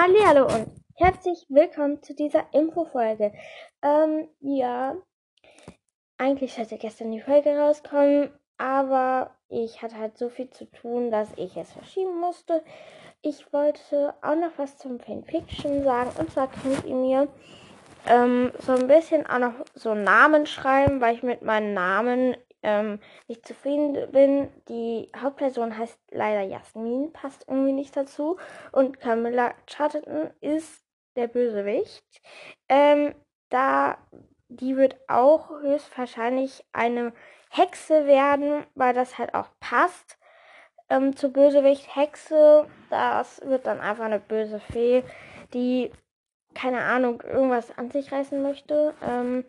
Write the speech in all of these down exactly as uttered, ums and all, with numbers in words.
Hallihallo und herzlich willkommen zu dieser Infofolge. Ähm, ja, eigentlich sollte gestern die Folge rauskommen, aber ich hatte halt so viel zu tun, dass ich es verschieben musste. Ich wollte auch noch was zum Fanfiction sagen, und zwar könnt ihr mir ähm, so ein bisschen auch noch so Namen schreiben, weil ich mit meinen Namen ähm, nicht zufrieden bin. Die Hauptperson heißt leider Jasmin, passt irgendwie nicht dazu. Und Camilla Chatterton ist der Bösewicht. Ähm, da, die wird auch höchstwahrscheinlich eine Hexe werden, weil das halt auch passt. Ähm, zu Bösewicht Hexe, das wird dann einfach eine böse Fee, die keine Ahnung, irgendwas an sich reißen möchte ähm,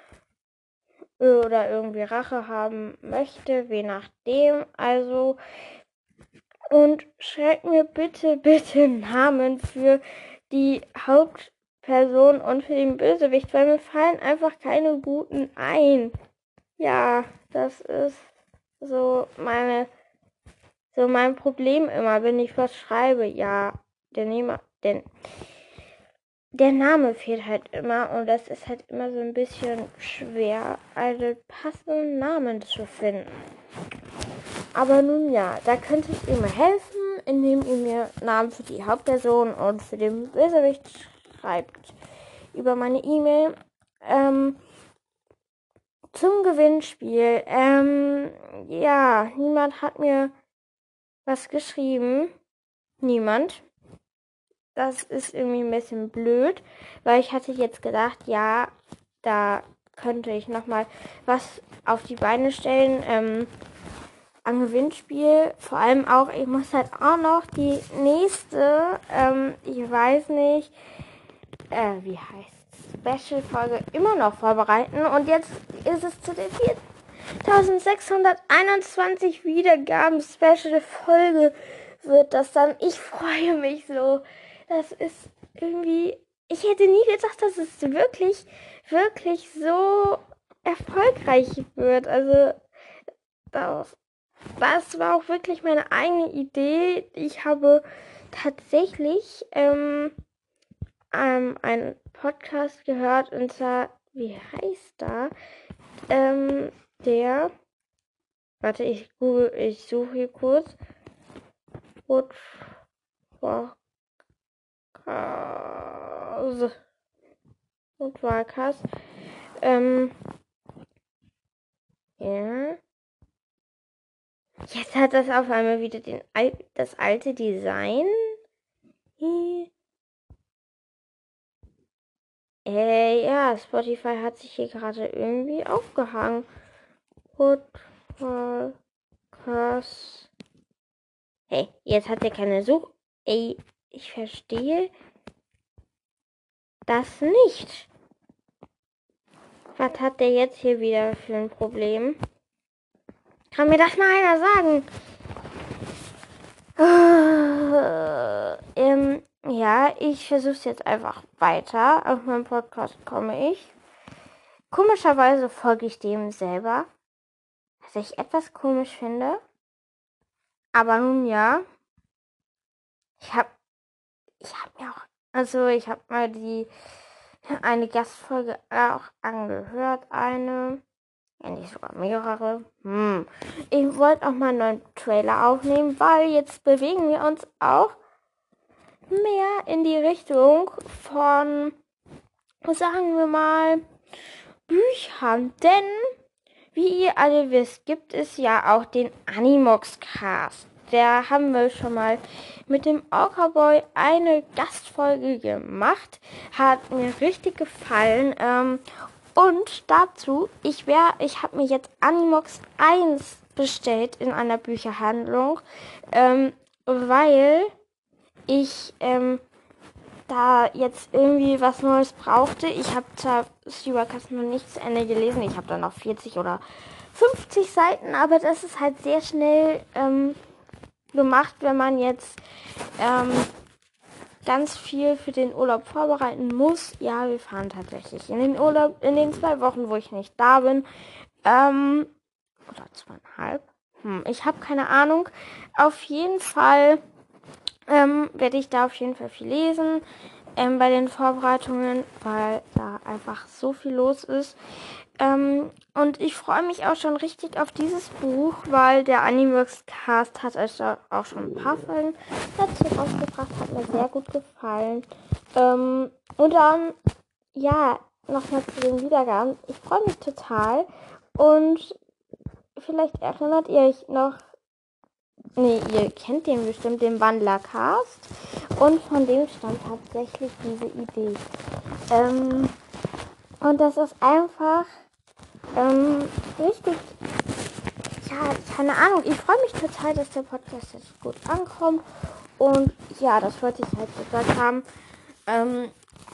oder irgendwie Rache haben möchte, je nachdem. Also, und schreibt mir bitte, bitte Namen für die Hauptperson und für den Bösewicht, weil mir fallen einfach keine guten ein. Ja, das ist so meine, so mein Problem immer, wenn ich was schreibe. Ja, der Nehmer, denn der Name fehlt halt immer und das ist halt immer so ein bisschen schwer, einen passenden Namen zu finden. Aber nun ja, da könntet ihr mir helfen, indem ihr mir Namen für die Hauptperson und für den Bösewicht schreibt. Über meine E-Mail. Ähm, zum Gewinnspiel. Ähm, ja, niemand hat mir was geschrieben. Niemand. Das ist irgendwie ein bisschen blöd, weil ich hatte jetzt gedacht, ja, da könnte ich nochmal was auf die Beine stellen ähm, am Gewinnspiel. Vor allem auch, ich muss halt auch noch die nächste, ähm, ich weiß nicht, äh, wie heißt Special-Folge immer noch vorbereiten. Und jetzt ist es zu der viertausendsechshunderteinundzwanzig Wiedergaben Special-Folge wird das dann. Ich freue mich so. Das ist irgendwie, ich hätte nie gedacht, dass es wirklich, wirklich so erfolgreich wird. Also, das, das war auch wirklich meine eigene Idee. Ich habe tatsächlich ähm, ähm, einen Podcast gehört, und zwar, wie heißt da? Ähm, der, warte, ich google, ich suche hier kurz. Podcast. Und Podcast. Ähm, ja. Jetzt hat das auf einmal wieder den Al das alte Design. Äh, ja, Spotify hat sich hier gerade irgendwie aufgehangen. Podcast. Hey, jetzt hat er keine Such... Ey, ich verstehe das nicht. Was hat der jetzt hier wieder für ein Problem? Kann mir das mal einer sagen? Äh, ähm, ja, ich versuche es jetzt einfach weiter. Auf meinem Podcast komme ich. Komischerweise folge ich dem selber, was ich etwas komisch finde. Aber nun ja. Ich habe ich hab mir auch, also ich habe mal die eine Gastfolge auch angehört, eine, ja nicht sogar mehrere. Hm. Ich wollte auch mal einen neuen Trailer aufnehmen, weil jetzt bewegen wir uns auch mehr in die Richtung von, sagen wir mal, Büchern. Denn, wie ihr alle wisst, gibt es ja auch den Animox-Cast. Da haben wir schon mal mit dem Orca-Boy eine Gastfolge gemacht. Hat mir richtig gefallen. Ähm, und dazu, ich wär, ich habe mir jetzt Animox eins bestellt in einer Bücherhandlung, ähm, weil ich ähm, da jetzt irgendwie was Neues brauchte. Ich habe zwar Cybercast noch nicht zu Ende gelesen, ich habe da noch vierzig oder fünfzig Seiten, aber das ist halt sehr schnell ähm, gemacht, wenn man jetzt ähm, ganz viel für den Urlaub vorbereiten muss. Ja, wir fahren tatsächlich in den Urlaub in den zwei Wochen, wo ich nicht da bin. Ähm, oder zweieinhalb. Hm, ich habe keine Ahnung. Auf jeden Fall ähm, werde ich da auf jeden Fall viel lesen ähm, bei den Vorbereitungen, weil da einfach so viel los ist. Ähm, und ich freue mich auch schon richtig auf dieses Buch, weil der Animex-Cast hat also auch schon ein paar Folgen dazu rausgebracht, hat mir sehr gut gefallen. Ähm, und dann, ja, nochmal zu den Wiedergaben. Ich freue mich total und vielleicht erinnert ihr euch noch, nee, ihr kennt den bestimmt, den Wandlercast. Und von dem stammt tatsächlich diese Idee. Ähm, und das ist einfach ähm, richtig, ja, keine Ahnung. Ich freue mich total, dass der Podcast jetzt gut ankommt. Und ja, das wollte ich halt gesagt haben. Ähm,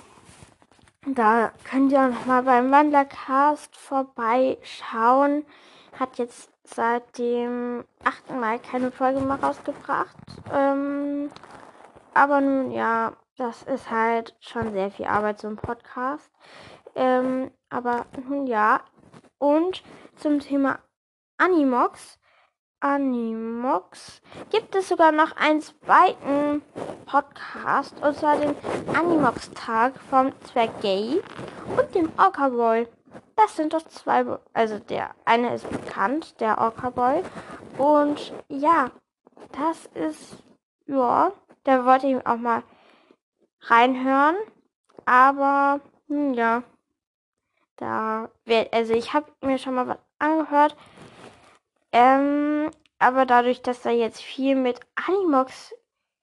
da könnt ihr noch mal beim Wandlercast vorbeischauen. Hat jetzt seit dem achten Mai keine Folge mehr rausgebracht. Ähm, aber nun ja, das ist halt schon sehr viel Arbeit, so ein Podcast. Ähm, aber nun ja. Und zum Thema Animox. Animox gibt es sogar noch einen zweiten Podcast, und zwar den Animox-Tag vom Zwergay und dem Orca-Boy. Das sind doch zwei, also der eine ist bekannt, der Orca-Boy. Und ja, das ist, ja, da wollte ich auch mal reinhören. Aber, hm, ja, da, also ich habe mir schon mal was angehört. Ähm, aber dadurch, dass da jetzt viel mit Animox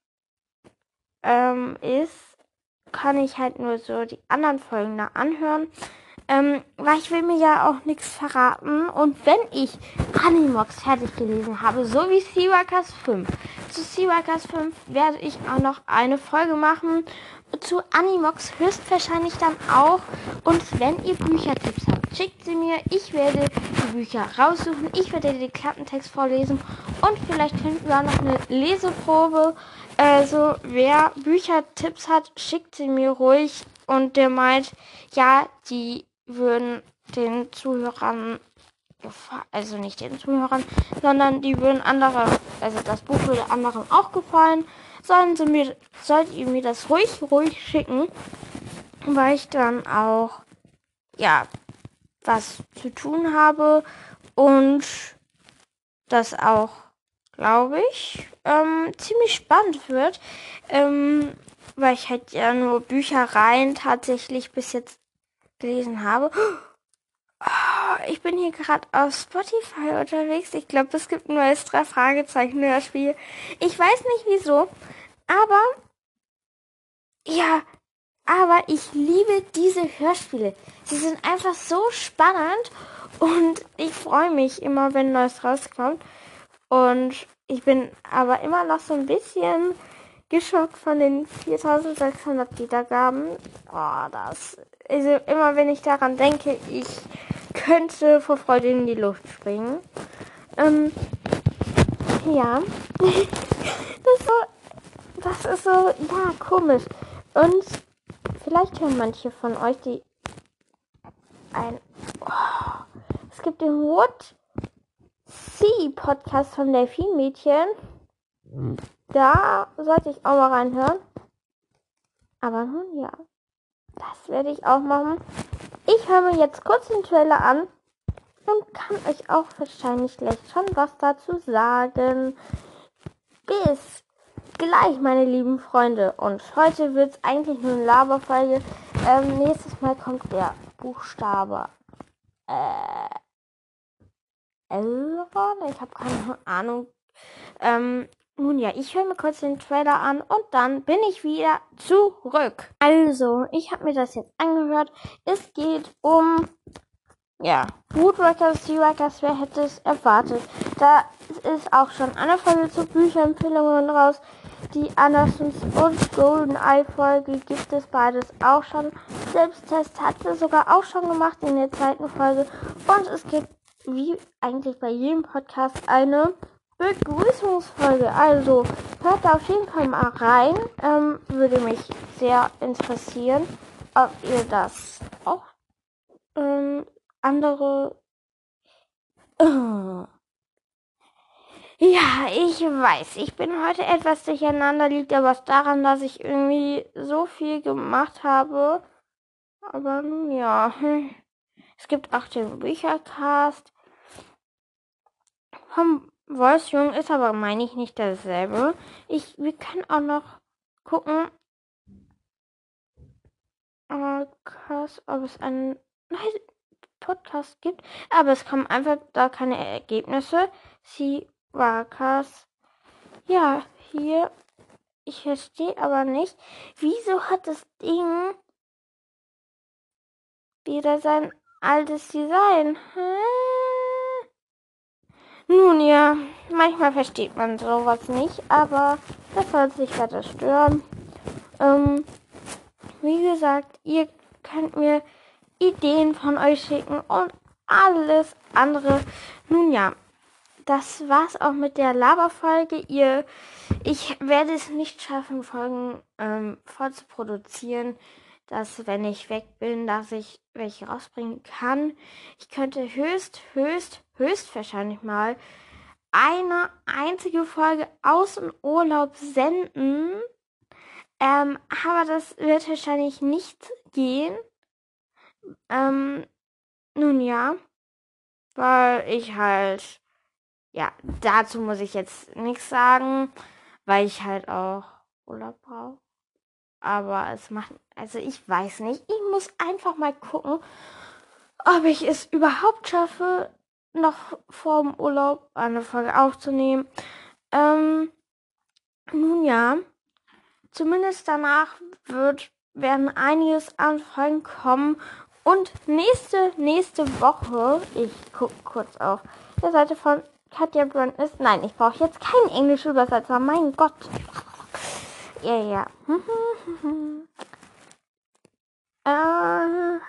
ähm, ist, kann ich halt nur so die anderen Folgen da anhören. Ähm, weil ich will mir ja auch nichts verraten. Und wenn ich Animox fertig gelesen habe, so wie Seawalkers fünf, zu Seawalkers fünf werde ich auch noch eine Folge machen. Zu Animox höchstwahrscheinlich dann auch. Und wenn ihr Büchertipps habt, schickt sie mir. Ich werde die Bücher raussuchen. Ich werde den Klappentext vorlesen. Und vielleicht finden wir auch noch eine Leseprobe. Also wer Büchertipps hat, schickt sie mir ruhig. Und der meint, ja, die würden den Zuhörern, also nicht den Zuhörern, sondern die würden andere, also das Buch würde anderen auch gefallen. Sollen sie mir, sollt ihr mir das ruhig, ruhig schicken, weil ich dann auch, ja, was zu tun habe und das auch, glaube ich, ähm, ziemlich spannend wird, ähm, weil ich halt ja nur Büchereien tatsächlich bis jetzt gelesen habe. Oh, ich bin hier gerade auf Spotify unterwegs. Ich glaube, es gibt ein neues drei Fragezeichen Hörspiel. Ich weiß nicht wieso, aber ja, aber ich liebe diese Hörspiele. Sie sind einfach so spannend und ich freue mich immer, wenn Neues rauskommt. Und ich bin aber immer noch so ein bisschen geschockt von den viertausendsechshundert Wiedergaben. Oh, das, also immer wenn ich daran denke, ich könnte vor Freude in die Luft springen. Ähm, ja. das, ist so, das ist so, ja, komisch. Und vielleicht hören manche von euch, die ein, oh, es gibt den What See Podcast von Delfin-Mädchen. Da sollte ich auch mal reinhören. Aber nun ja, das werde ich auch machen. Ich höre mir jetzt kurz den Trailer an und kann euch auch wahrscheinlich gleich schon was dazu sagen. Bis gleich, meine lieben Freunde. Und heute wird es eigentlich nur eine Laberfolge. Ähm, nächstes Mal kommt der Buchstabe äh, L. Ich habe keine Ahnung. Ähm, nun ja, ich höre mir kurz den Trailer an und dann bin ich wieder zurück. Also, ich habe mir das jetzt angehört. Es geht um, ja, Woodwalkers, Seawalkers, wer hätte es erwartet. Da ist auch schon eine Folge zu Bücherempfehlungen raus. Die Andersons und GoldenEye Folge gibt es beides auch schon. Selbsttest hatte sogar auch schon gemacht in der zweiten Folge. Und es gibt, wie eigentlich bei jedem Podcast, eine Begrüßungsfolge. Also hört da auf jeden Fall mal rein. Ähm, würde mich sehr interessieren, ob ihr das auch ähm, andere. Äh, Ja, ich weiß, ich bin heute etwas durcheinander, liegt aber daran, dass ich irgendwie so viel gemacht habe. Aber nun ja, hm. Es gibt auch den Büchercast vom Wolfsjungen, ist aber, meine ich, nicht dasselbe. Ich, wir können auch noch gucken, äh, Cast, ob es einen nein, Podcast gibt. Aber es kommen einfach da keine Ergebnisse. Sie war Cast. Ja, hier. Ich verstehe aber nicht, wieso hat das Ding wieder sein altes Design? Hm? Nun ja, manchmal versteht man sowas nicht, aber das soll sich weiter stören. Ähm, wie gesagt, ihr könnt mir Ideen von euch schicken und alles andere. Nun ja, das war's auch mit der Laberfolge. Ihr, ich werde es nicht schaffen, Folgen ähm, vorzuproduzieren, dass, wenn ich weg bin, dass ich welche rausbringen kann. Ich könnte höchst, höchst, höchst wahrscheinlich mal eine einzige Folge aus dem Urlaub senden. Ähm, aber das wird wahrscheinlich nicht gehen. Ähm, nun ja, weil ich halt, ja, dazu muss ich jetzt nichts sagen, weil ich halt auch Urlaub brauche. Aber es macht, also ich weiß nicht, ich muss einfach mal gucken, ob ich es überhaupt schaffe, noch vor dem Urlaub eine Folge aufzunehmen. Ähm, nun ja, zumindest danach wird, werden einiges an Folgen kommen. Und nächste, nächste Woche, ich gucke kurz auf der Seite von Katja Brandness. Nein, ich brauche jetzt keinen englischen Übersetzer, mein Gott. Ja, ja. äh,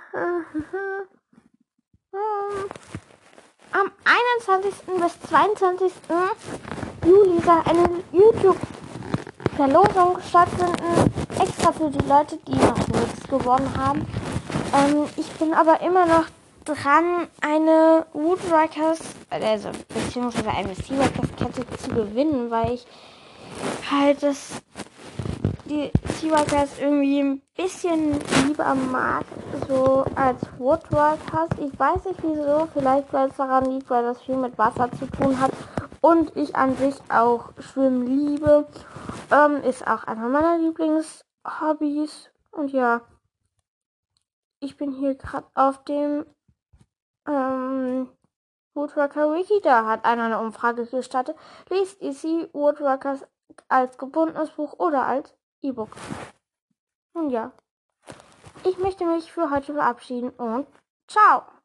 Am einundzwanzigsten bis zweiundzwanzigsten Juli soll eine YouTube-Verlosung stattfinden. Extra für die Leute, die noch nichts gewonnen haben. Ähm, ich bin aber immer noch dran, eine Woodworkers, also beziehungsweise eine Seaworkers-Kette zu gewinnen, weil ich halt das die Seaworkers irgendwie ein bisschen lieber mag, so als Woodworkers. Ich weiß nicht wieso, vielleicht weil es daran liegt, weil das viel mit Wasser zu tun hat und ich an sich auch Schwimmen liebe. Ähm, ist auch einer meiner Lieblingshobbys. Und ja, ich bin hier gerade auf dem ähm, Woodworker Wiki. Da hat einer eine Umfrage gestartet. Liest ihr sie Woodworkers als gebundenes Buch oder als E-Book? Nun ja, ich möchte mich für heute verabschieden und ciao!